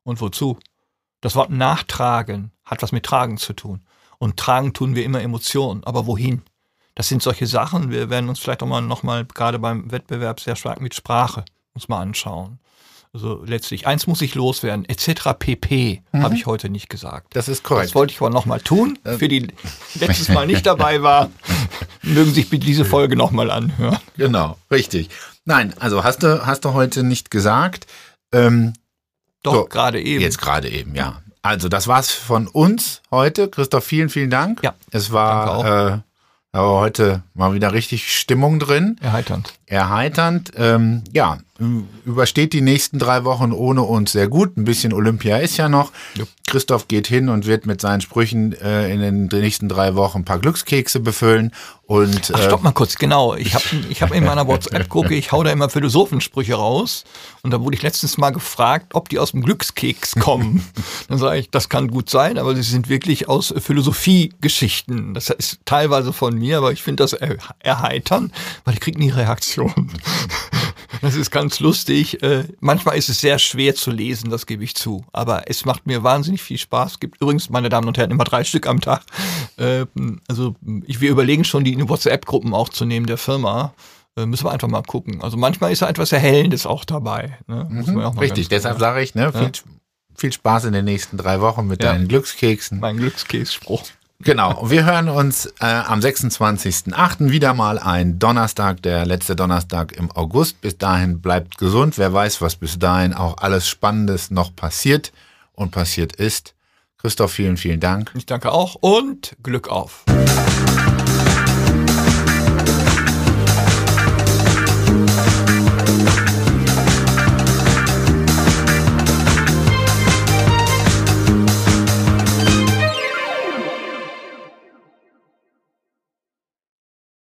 Und wozu? Das Wort nachtragen hat was mit tragen zu tun. Und tragen tun wir immer Emotionen. Aber wohin? Das sind solche Sachen. Wir werden uns vielleicht auch mal noch mal gerade beim Wettbewerb sehr stark mit Sprache uns mal anschauen. Also letztlich, eins muss ich loswerden, et cetera pp. Mhm. Habe ich heute nicht gesagt. Das ist korrekt. Das wollte ich aber noch mal tun. Für die letztes Mal nicht dabei war, mögen sich bitte diese Folge noch mal anhören. Genau, richtig. Nein, also hast du, hast du heute nicht gesagt. Ähm, Doch, so, gerade eben. Jetzt gerade eben, ja. Also das war's von uns heute. Christoph, vielen, vielen Dank. Ja, es war, äh, aber heute mal wieder richtig Stimmung drin. Erheiternd. Erheiternd. Ähm, ja, übersteht die nächsten drei Wochen ohne uns sehr gut. Ein bisschen Olympia ist ja noch. Ja. Christoph geht hin und wird mit seinen Sprüchen äh, in den nächsten drei Wochen ein paar Glückskekse befüllen. Und, Ach, stopp mal kurz, genau. Ich habe ich hab in meiner WhatsApp-Gruppe, ich hau da immer Philosophensprüche raus. Und da wurde ich letztens mal gefragt, ob die aus dem Glückskeks kommen. Dann sage ich, das kann gut sein, aber sie sind wirklich aus Philosophiegeschichten. Das ist teilweise von mir, aber ich finde das er- erheitern, weil ich kriege nie Reaktion. Das ist ganz lustig. Äh, manchmal ist es sehr schwer zu lesen, das gebe ich zu. Aber es macht mir wahnsinnig viel Spaß. Es gibt übrigens, meine Damen und Herren, immer drei Stück am Tag. Äh, also ich, wir überlegen schon, die in WhatsApp-Gruppen aufzunehmen der Firma. Äh, müssen wir einfach mal gucken. Also manchmal ist da etwas Erhellendes auch dabei. Ne? Muss man auch mal Richtig, deshalb sage ich, ne, viel, ja. viel Spaß in den nächsten drei Wochen mit ja. deinen Glückskeksen. Mein Glückskeksspruch. Genau, wir hören uns äh, am sechsundzwanzigsten achten wieder mal ein Donnerstag, der letzte Donnerstag im August. Bis dahin bleibt gesund. Wer weiß, was bis dahin auch alles Spannendes noch passiert und passiert ist. Christoph, vielen, vielen Dank. Ich danke auch und Glück auf.